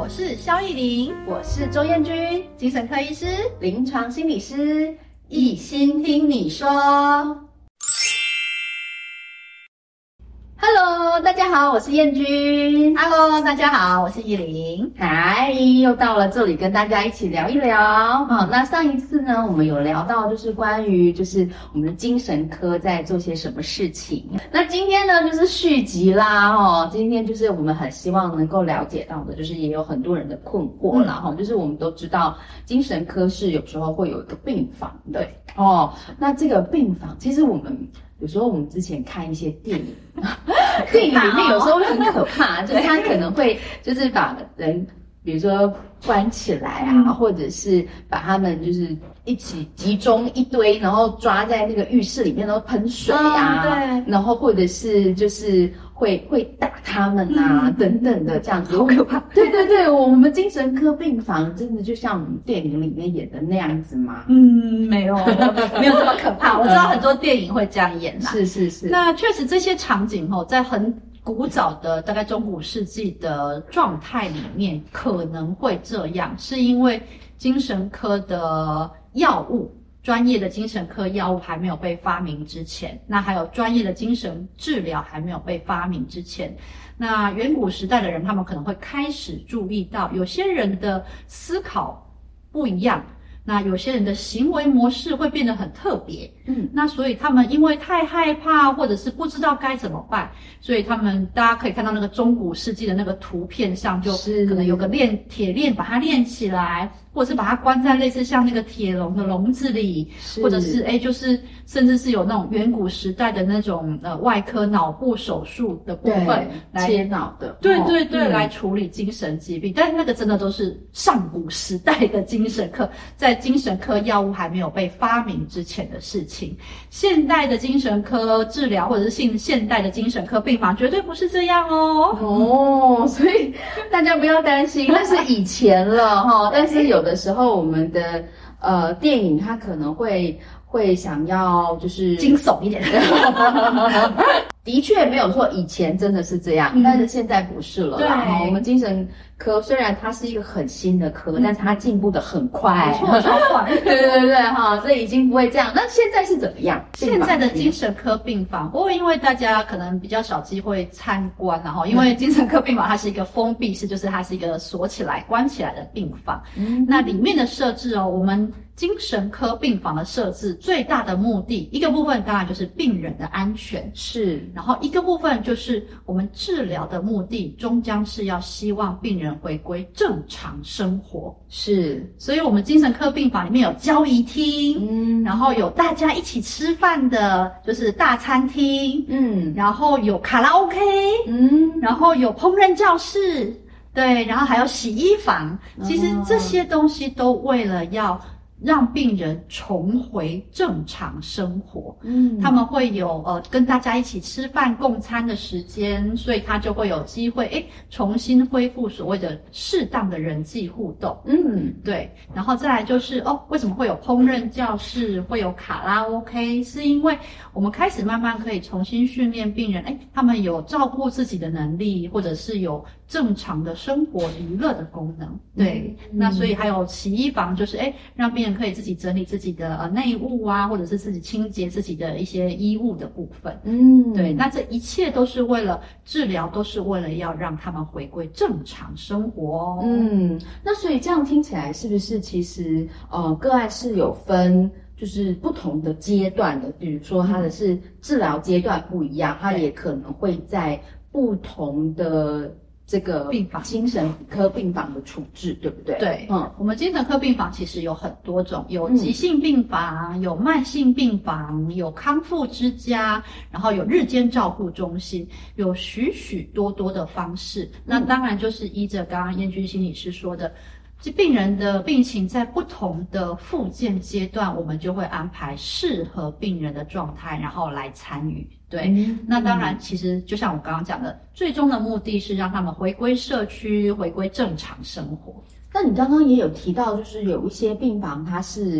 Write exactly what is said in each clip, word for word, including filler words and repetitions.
我是萧逸玲， 我是周燕君， 精神科医师、 临床心理师， 一心听你说。 Hello， 大家好，我是燕君。 Hello， 大家好，我是逸玲。 嗨，又到了这里跟大家一起聊一聊。好，那上一次呢，我们有聊到就是关于就是我们的精神科在做些什么事情。那今天呢就是续集啦哦，今天就是我们很希望能够了解到的，就是也有很多人的困惑啦哈、嗯，就是我们都知道精神科是有时候会有一个病房的哦，那这个病房其实我们。有时候我们之前看一些电影，电影里面有时候会很可怕，就是他可能会就是把人，比如说关起来啊，嗯、或者是把他们就是一起集中一堆，然后抓在那个浴室里面，然后喷水啊， 嗯、 对，然后或者是就是会会打他们啊、嗯、等等的这样子， 好可怕。 对对对，我们精神科病房真的就像我们电影里面演的那样子吗？ 嗯，没有，没有这么可怕。我知道很多电影会这样演啦。 是是是。 那确实这些场景哦，在很古早的大概中古世纪的状态里面可能会这样，是因为精神科的药物。专业的精神科药物还没有被发明之前，那还有专业的精神治疗还没有被发明之前，那远古时代的人他们可能会开始注意到有些人的思考不一样，那有些人的行为模式会变得很特别，嗯，那所以他们因为太害怕或者是不知道该怎么办，所以他们大家可以看到那个中古世纪的那个图片上，就可能有个链铁链把它链起来，或者是把它关在类似像那个铁笼的笼子里，或者是哎，就是甚至是有那种远古时代的那种呃外科脑部手术的部分来切脑的， 对对对、哦嗯，来处理精神疾病，但是那个真的都是上古时代的精神科，在精神科药物还没有被发明之前的事情。现代的精神科治疗或者是现现代的精神科病房绝对不是这样哦。 哦，所以大家不要担心，那是以前了哈。但是有的时候我们的呃电影它可能会会想要就是惊悚一点。 的确没有错，以前真的是这样，嗯、但是现在不是了啦。对，我们精神科虽然它是一个很新的科，嗯、但是它进步的很快， 没错，超快。 对对对哈，所以已经不会这样。那现在是怎么样？ 现在的精神科病房，不过因为大家可能比较少机会参观，然后因为精神科病房它是一个封闭式，就是它是一个锁起来、关起来的病房。嗯，那里面的设置哦，我们精神科病房的设置最大的目的，一个部分当然就是病人的安全， 是。 然后一个部分就是我们治疗的目的，终将是要希望病人回归正常生活。 是， 所以我们精神科病房里面有交谊厅，嗯，然后有大家一起吃饭的，就是大餐厅，嗯，然后有卡拉 OK， 嗯，然后有烹饪教室，对，然后还有洗衣房。其实这些东西都为了要让病人重回正常生活，嗯，他们会有呃跟大家一起吃饭共餐的时间，所以他就会有机会诶重新恢复所谓的适当的人际互动，嗯，对。然后再来就是哦，为什么会有烹饪教室，会有卡拉 OK？ 是因为我们开始慢慢可以重新训练病人，诶他们有照顾自己的能力，或者是有正常的生活娱乐的功能，对。嗯、那所以还有洗衣房，就是诶让病人可以自己整理自己的呃内务啊，或者是自己清洁自己的一些衣物的部分。嗯，对，那这一切都是为了治疗，都是为了要让他们回归正常生活哦。 嗯，那所以这样听起来是不是其实呃个案是有分就是不同的阶段的，比如说他的是治疗阶段不一样，他也可能会在不同的这个病房精神科病房的处置，对不对？ 对，嗯，我们精神科病房其实有很多种，有急性病房，嗯、有慢性病房，有康复之家，然后有日间照护中心，有许许多多的方式。嗯、那当然就是依着刚刚燕君心理师说的，这病人的病情在不同的复健阶段，我们就会安排适合病人的状态，然后来参与。对，嗯、那当然，其实就像我刚刚讲的，最终的目的是让他们回归社区，回归正常生活。 那你刚刚也有提到，就是有一些病房它是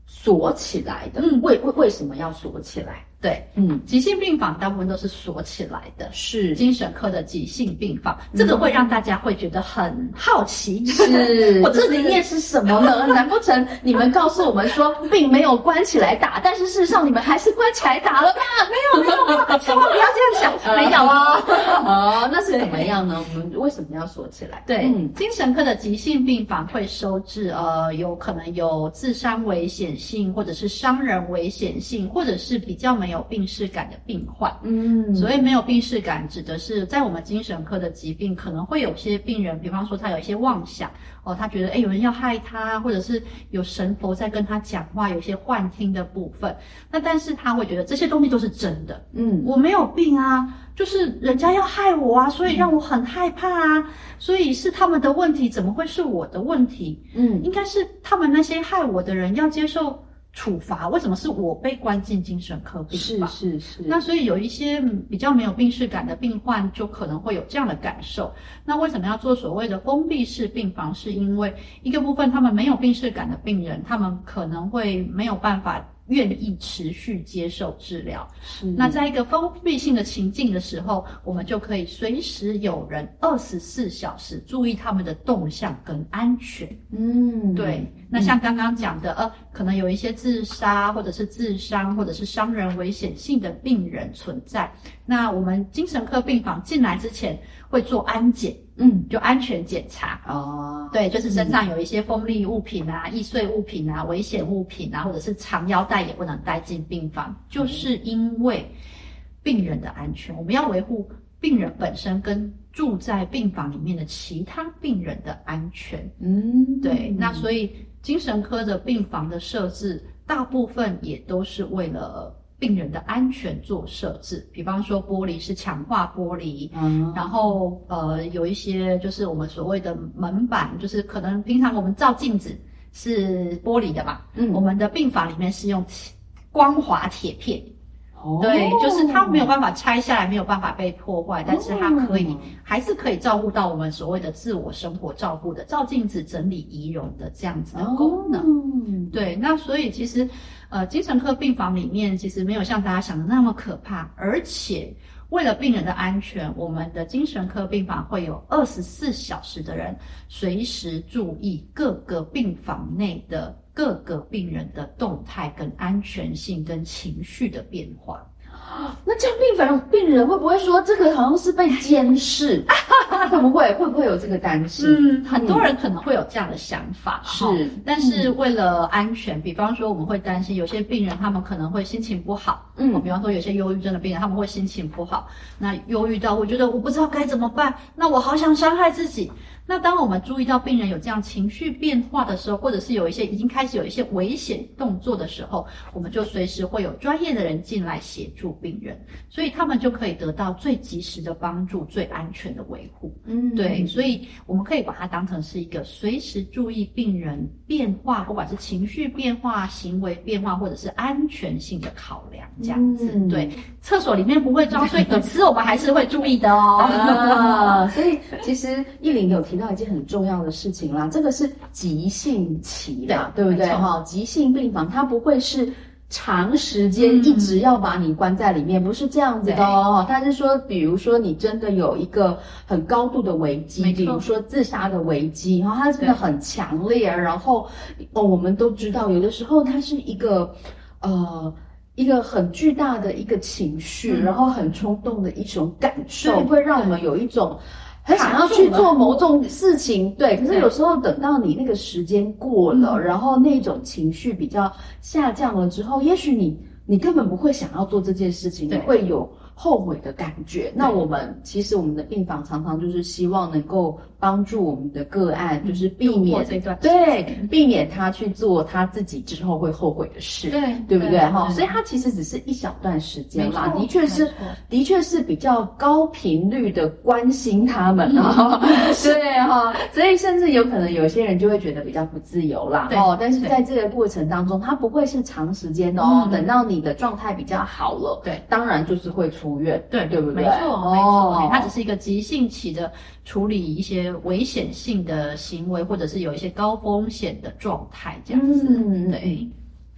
锁起来的。嗯，为为为什么要锁起来？ 对，嗯，急性病房大部分都是锁起来的，是精神科的急性病房，这个会让大家会觉得很好奇， 是，或者这里面是什么呢？难不成你们告诉我们说并没有关起来打，但是事实上你们还是关起来打了吧？ 没有没有，千万不要这样想，没有啊。 哦，那是怎么样呢？我们为什么要锁起来？ 对，嗯，精神科的急性病房会收治呃有可能有自伤危险性，或者是伤人危险性，或者是比较没有病识感的病患。嗯，所谓没有病识感，指的是在我们精神科的疾病，可能会有些病人，比方说他有一些妄想哦，他觉得诶有人要害他，或者是有神佛在跟他讲话，有一些幻听的部分。那但是他会觉得这些东西都是真的，嗯，我没有病啊，就是人家要害我啊，所以让我很害怕啊，所以是他们的问题，怎么会是我的问题？嗯，应该是他们那些害我的人要接受处罚，为什么是我被关进精神科病房？ 是是是。 那所以有一些比较没有病识感的病患就可能会有这样的感受。那为什么要做所谓的封闭式病房？是因为一个部分他们没有病识感的病人，他们可能会没有办法愿意持续接受治疗。那在一个封闭性的情境的时候，我们就可以随时有人二十四小时注意他们的动向跟安全。嗯，对。那像刚刚讲的，呃，可能有一些自杀或者是自伤或者是伤人危险性的病人存在。那我们精神科病房进来之前会做安检。嗯，就安全检查哦，对，就是身上有一些锋利物品啊、易碎物品啊、危险物品啊，或者是长腰带也不能带进病房，就是因为病人的安全，我们要维护病人本身跟住在病房里面的其他病人的安全。嗯，对，那所以精神科的病房的设置，大部分也都是为了病人的安全做设置，比方说玻璃是强化玻璃，嗯，然后呃有一些就是我们所谓的门板，就是可能平常我们照镜子是玻璃的嘛，嗯，我们的病房里面是用光滑铁片。哦，对，就是它没有办法拆下来，没有办法被破坏，但是它可以，还是可以照顾到我们所谓的自我生活照顾的照镜子、整理仪容的这样子的功能。哦，对，那所以其实，呃，精神科病房里面其实没有像大家想的那么可怕，而且为了病人的安全，我们的精神科病房会有二十四小时的人随时注意各个病房内的各个病人的动态跟安全性跟情绪的变化。 那这样病房病人会不会说这个好像是被监视？会不会会不会有这个担心？ 嗯，很多人可能会有这样的想法，是。但是为了安全，比方说我们会担心有些病人他们可能会心情不好，嗯，比方说有些忧郁症的病人他们会心情不好，那忧郁到我觉得我不知道该怎么办，那我好想伤害自己。那当我们注意到病人有这样情绪变化的时候，或者是有一些已经开始有一些危险动作的时候，我们就随时会有专业的人进来协助病人，所以他们就可以得到最及时的帮助、最安全的维护。嗯，对，所以我们可以把它当成是一个随时注意病人变化，不管是情绪变化、行为变化，或者是安全性的考量，这样子。嗯，对，厕所里面不会装，所以隐私我们还是会注意的哦。 啊，所以其实依琳有提到一件很重要的事情啦，这个是急性期啦， 对, 对不对哈？急性病房它不会是长时间一直要把你关在里面，嗯，不是这样子的哦。它是说，比如说你真的有一个很高度的危机，比如说自杀的危机，然后它真的很强烈，然后哦，我们都知道，有的时候它是一个呃。一个很巨大的一个情绪，嗯，然后很冲动的一种感受，会让我们有一种很想要去做某种事情，对。可是有时候等到你那个时间过了，嗯，然后那种情绪比较下降了之后，也许你你根本不会想要做这件事情，你会有后悔的感觉。那我们其实我们的病房常常就是希望能够帮助我们的个案，就是避免这段对避免他去做他自己之后会后悔的事，对对不对哈？所以他其实只是一小段时间啦，的确是的确是比较高频率的关心他们啊，嗯，对哈，所以甚至有可能有些人就会觉得比较不自由啦，哦，但是在这个过程当中，他不会是长时间的哦，嗯，等到你的状态比较好了，对，当然就是会出院， 对对不对？ 没错没错，它只是一个急性期的处理一些危险性的行为，或者是有一些高风险的状态，这样子。嗯，对。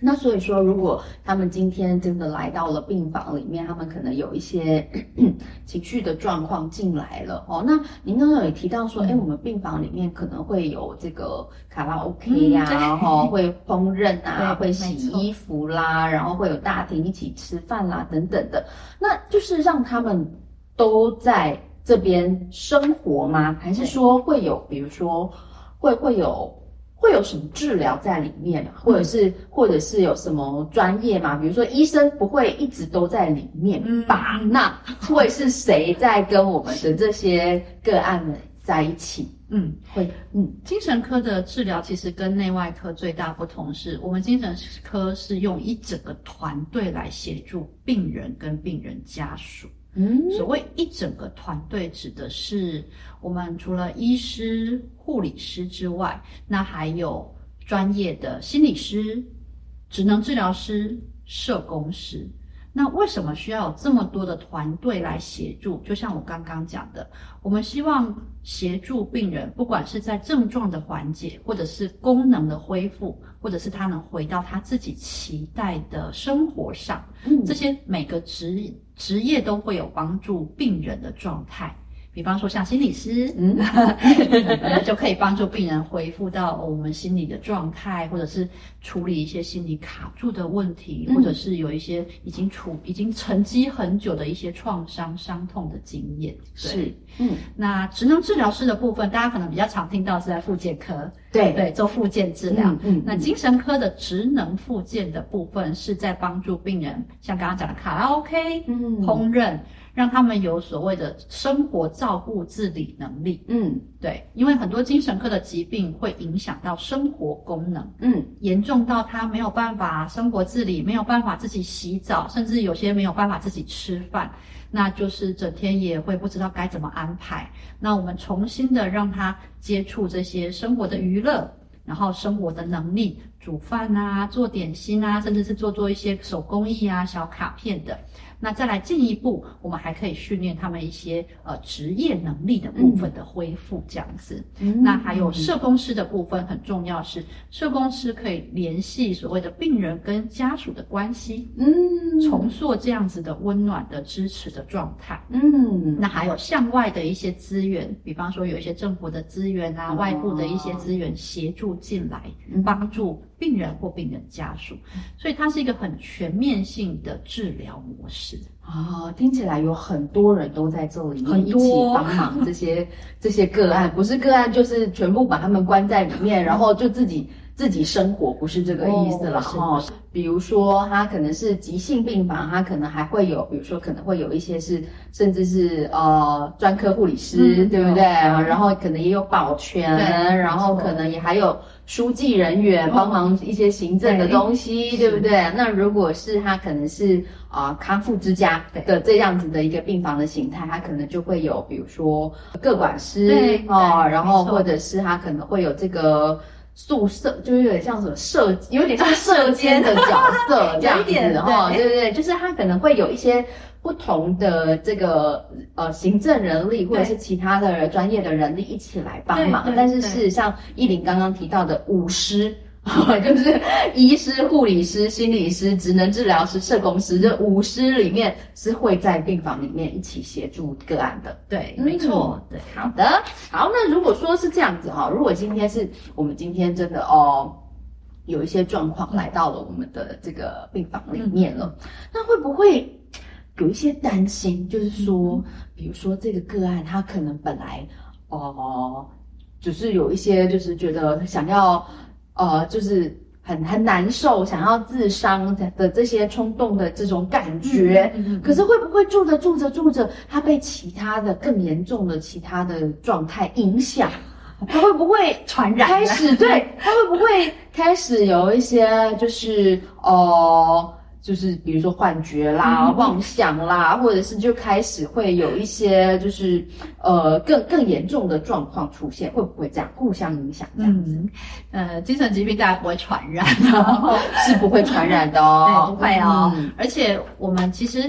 那所以说，如果他们今天真的来到了病房里面，他们可能有一些情绪的状况进来了哦。那您刚刚有提到说，哎、嗯，我们病房里面可能会有这个卡拉 OK 呀、啊，哈、嗯，会烹饪啊，会洗衣服啦，然后会有大厅一起吃饭啦，等等的。那就是让他们都在这边生活吗？还是说会有，比如说会会有？会有什么治疗在里面吗？或者是、嗯、或者是有什么专业吗？比如说医生不会一直都在里面吧？嗯、那会是谁在跟我们的这些个案们在一起？嗯，会， 嗯，精神科的治疗其实跟内外科最大不同是，我们精神科是用一整个团队来协助病人跟病人家属。嗯，所谓一整个团队指的是我们除了医师、护理师之外，那还有专业的心理师、职能治疗师、社工师。那为什么需要有这么多的团队来协助？就像我刚刚讲的，我们希望协助病人，不管是在症状的缓解，或者是功能的恢复，或者是他能回到他自己期待的生活上，嗯，这些每个职职业都会有帮助病人的状态。比方说像心理师，嗯，就可以帮助病人恢复到我们心理的状态，或者是处理一些心理卡住的问题，嗯、或者是有一些已经处已经沉积很久的一些创伤、伤痛的经验。 是，嗯， 那职能治疗师的部分，大家可能比较常听到是在复健科， 对对，做复健治疗。 嗯 嗯, 嗯， 那精神科的职能复健的部分是在帮助病人，像刚刚讲的卡拉 OK， 嗯，烹饪。让他们有所谓的生活照顾自理能力。嗯，对，因为很多精神科的疾病会影响到生活功能。嗯，严重到他没有办法生活自理，没有办法自己洗澡，甚至有些没有办法自己吃饭，那就是整天也会不知道该怎么安排。那我们重新的让他接触这些生活的娱乐，然后生活的能力，煮饭啊，做点心啊，甚至是做做一些手工艺啊，小卡片的。那再来进一步，我们还可以训练他们一些呃职业能力的部分的恢复，这样子。嗯、那还有社工师的部分很重要是，社工师可以联系所谓的病人跟家属的关系，嗯，重塑这样子的温暖的支持的状态。嗯，那还有向外的一些资源，比方说有一些政府的资源啊，哦、外部的一些资源协助进来，嗯、帮助病人或病人家属，所以它是一个很全面性的治疗模式。 啊，听起来有很多人都在这里面一起帮忙这些这些个案，不是个案就是全部把他们关在里面，然后就自己自己生活，不是这个意思了哈。哦，比如说他可能是急性病房，他可能还会有，比如说可能会有一些是甚至是呃专科护理师，嗯、对不对？嗯、然后可能也有保全，然后可能也还有书记人员帮忙一些行政的东西，哦、对, 对不对？那如果是他可能是啊、呃、康复之家的这样子的一个病房的形态，他可能就会有比如说个管师哦，然后或者是他可能会有这个宿舍，就是有点像什么舍，有点像舍监的角色这样子哈，对对对，就是他可能会有一些不同的这个呃行政人力或者是其他的专业的人力一起来帮忙，但是事实上依琳刚刚提到的五师。就是医师、护理师、心理师、职能治疗师、社工师，这五师里面是会在病房里面一起协助个案的。 对，没错。对， 好的，好。那如果说是这样子哈，如果今天是我们今天真的哦有一些状况来到了我们的这个病房里面了，嗯、那会不会有一些担心？就是说，比如说这个个案他可能本来哦、呃，只是有一些就是觉得想要。呃，就是很很难受，想要自伤的这些冲动的这种感觉，嗯嗯嗯、可是会不会住着住着住着，他被其他的更严重的其他的状态影响？他会不会传染？ 开始对，他会不会开始有一些就是呃。就是比如说幻觉啦、嗯、妄想啦，或者是就开始会有一些就是呃更更严重的状况出现，会不会这样互相影响这样子？ 嗯、呃，精神疾病大家不会传染哦，是不会传染的哦， 对，不会哦。嗯、而且我们其实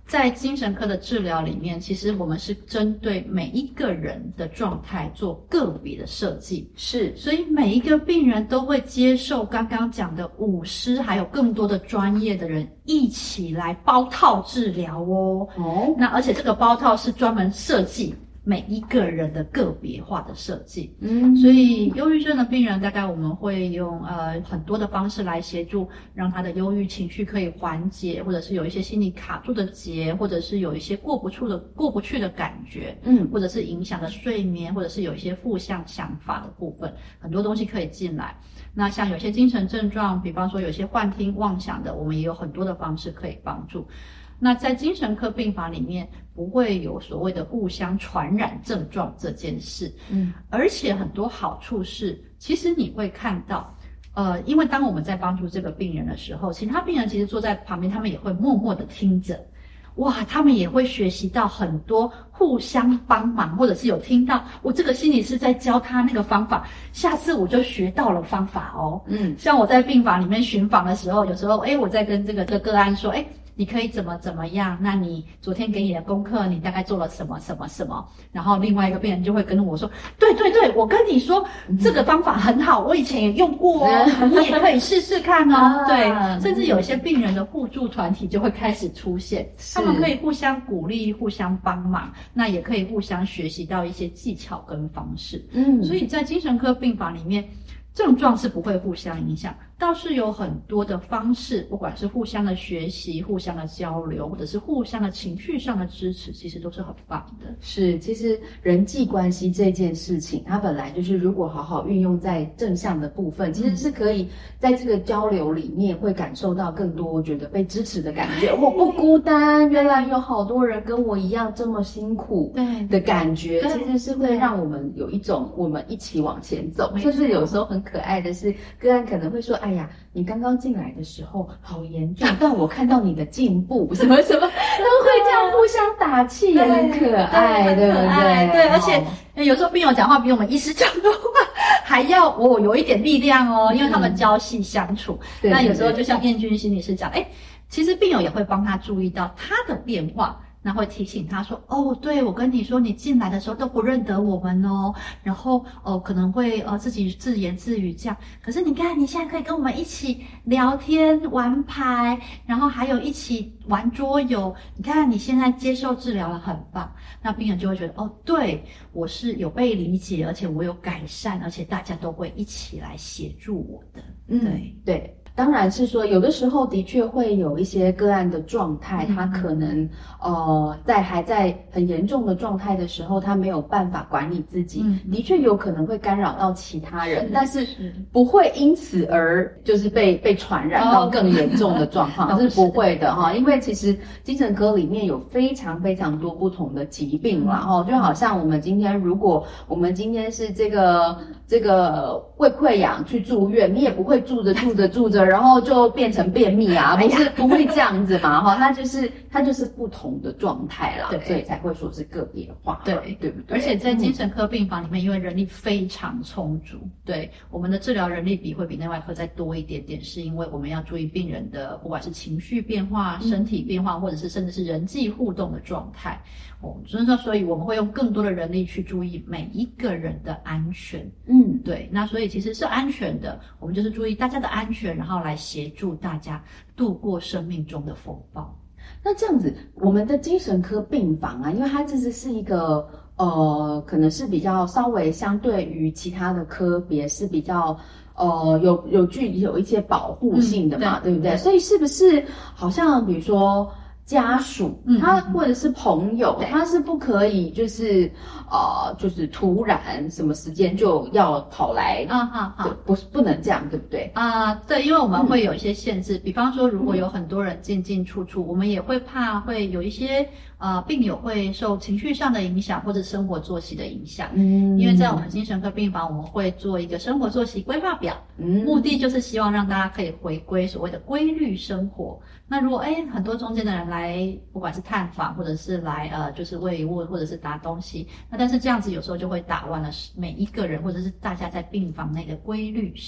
在精神科的治疗里面，其实我们是针对每一个人的状态做个别的设计， 是， 所以每一个病人都会接受刚刚讲的五师，还有更多的专业的人一起来包套治疗哦。哦，那而且这个包套是专门设计每一个人的个别化的设计，嗯，所以忧郁症的病人大概我们会用呃很多的方式来协助，让他的忧郁情绪可以缓解，或者是有一些心理卡住的结，或者是有一些过不去的过不去的感觉，嗯，或者是影响的睡眠，或者是有一些负向想法的部分，很多东西可以进来。那像有些精神症状，比方说有些幻听妄想的，我们也有很多的方式可以帮助。那在精神科病房里面不会有所谓的互相传染症状这件事，嗯，而且很多好处是，其实你会看到，呃，因为当我们在帮助这个病人的时候，其他病人其实坐在旁边，他们也会默默的听着，哇，他们也会学习到很多互相帮忙，或者是有听到我这个心理师在教他那个方法，下次我就学到了方法哦，嗯，像我在病房里面巡访的时候，有时候，诶，我在跟这个这个个案说，诶，你可以怎么怎么样？那你昨天给你的功课，你大概做了什么什么什么？然后另外一个病人就会跟我说：“对对对，我跟你说，这个方法很好，我以前也用过哦，你也可以试试看哦。”对，甚至有一些病人的互助团体就会开始出现，他们可以互相鼓励、互相帮忙，那也可以互相学习到一些技巧跟方式。嗯，所以在精神科病房里面，症状是不会互相影响，倒是有很多的方式，不管是互相的学习、互相的交流，或者是互相的情绪上的支持，其实都是很棒的。 是，其实人际关系这件事情，它本来就是如果好好运用在正向的部分，其实是可以在这个交流里面会感受到更多，我觉得被支持的感觉，我不孤单，原来有好多人跟我一样这么辛苦的感觉，其实是会让我们有一种我们一起往前走。就是有时候很可爱的是，个案可能会说，哎呀，你刚刚进来的时候好严重，但我看到你的进步，什么什么，都会这样互相打气，也很可爱，对不对？ 对，而且有时候病友讲话比我们医师讲的话还要我有一点力量哦，因为他们朝夕相处。嗯、那有时候就像燕君心理师讲，哎，其实病友也会帮他注意到他的变化。那会提醒他说，哦，对，我跟你说，你进来的时候都不认得我们哦，然后哦可能会呃自己自言自语这样，可是你看你现在可以跟我们一起聊天玩牌，然后还有一起玩桌游，你看你现在接受治疗了，很棒。那病人就会觉得，哦，对，我是有被理解，而且我有改善，而且大家都会一起来协助我的。 嗯，对对。当然是说，有的时候的确会有一些个案的状态，他可能呃在还在很严重的状态的时候，他没有办法管理自己，嗯、的确有可能会干扰到其他人，是但是不会因此而就是被被传染到更严重的状况，哦、是不会的哈。因为其实精神科里面有非常非常多不同的疾病啦，哈、嗯，就好像我们今天如果我们今天是这个这个胃溃疡去住院，你也不会住着住着住着。然后就变成便秘啊，不是不会这样子嘛哈，它就是它就是不同的状态啦，所以才会说是个别化， 对对不对？ 而且在精神科病房里面，因为人力非常充足，对我们的治疗人力比会比内外科再多一点点，是因为我们要注意病人的不管是情绪变化、身体变化，或者是甚至是人际互动的状态。哦，所以说，所以我们会用更多的人力去注意每一个人的安全。嗯，对，那所以其实是安全的，我们就是注意大家的安全，然后来协助大家度过生命中的风暴。 那这样子，我们的精神科病房啊，因为它其实是一个呃，可能是比较稍微相对于其他的科别是比较。呃，有有具有一些保护性的嘛，嗯、对, 对不对？所以是不是好像比如说家属，嗯、他或者是朋友，他是不可以就是呃，就是突然什么时间就要跑来啊哈哈，不是不能这样，对不对？ 啊、呃，对，因为我们会有一些限制，嗯、比方说如果有很多人进进出出，嗯、我们也会怕会有一些。呃，病友会受情绪上的影响，或者生活作息的影响。嗯，因为在我们精神科病房，我们会做一个生活作息规划表，嗯，目的就是希望让大家可以回归所谓的规律生活。那如果诶很多中间的人来，不管是探访，或者是来呃就是慰问，或者是拿东西，那但是这样子有时候就会打乱了每一个人或者是大家在病房内的规律性。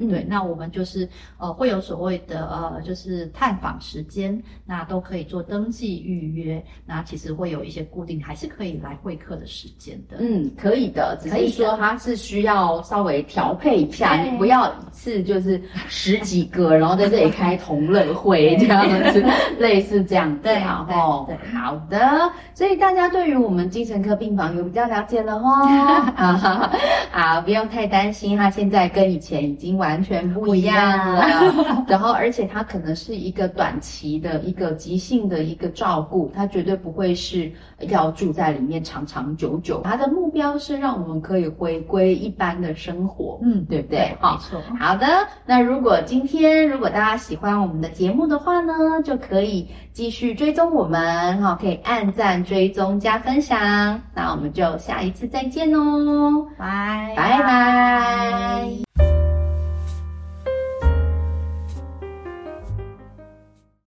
嗯、对，那我们就是呃会有所谓的呃就是探访时间，那都可以做登记预约，那其实会有一些固定还是可以来会客的时间的。 嗯，可以的，只是说它是需要稍微调配一下，你不要一次就是十几个，然后在这里开同乐会这样子，类似这样子啊。哦，好的，所以大家对于我们精神科病房有比较了解了哦。好，不用太担心，它现在跟以前已经完全不一样了。然后，而且它可能是一个短期的一个急性的一个照顾，它绝对不会是要住在里面长长久久。它的目标是让我们可以回归一般的生活，嗯，对不对？ 没错。 好的，那如果今天如果大家喜欢我们的节目的话呢，就可以继续追踪我们，哈，可以按赞、追踪、加分享。那我们就下一次再见哦， 拜拜拜。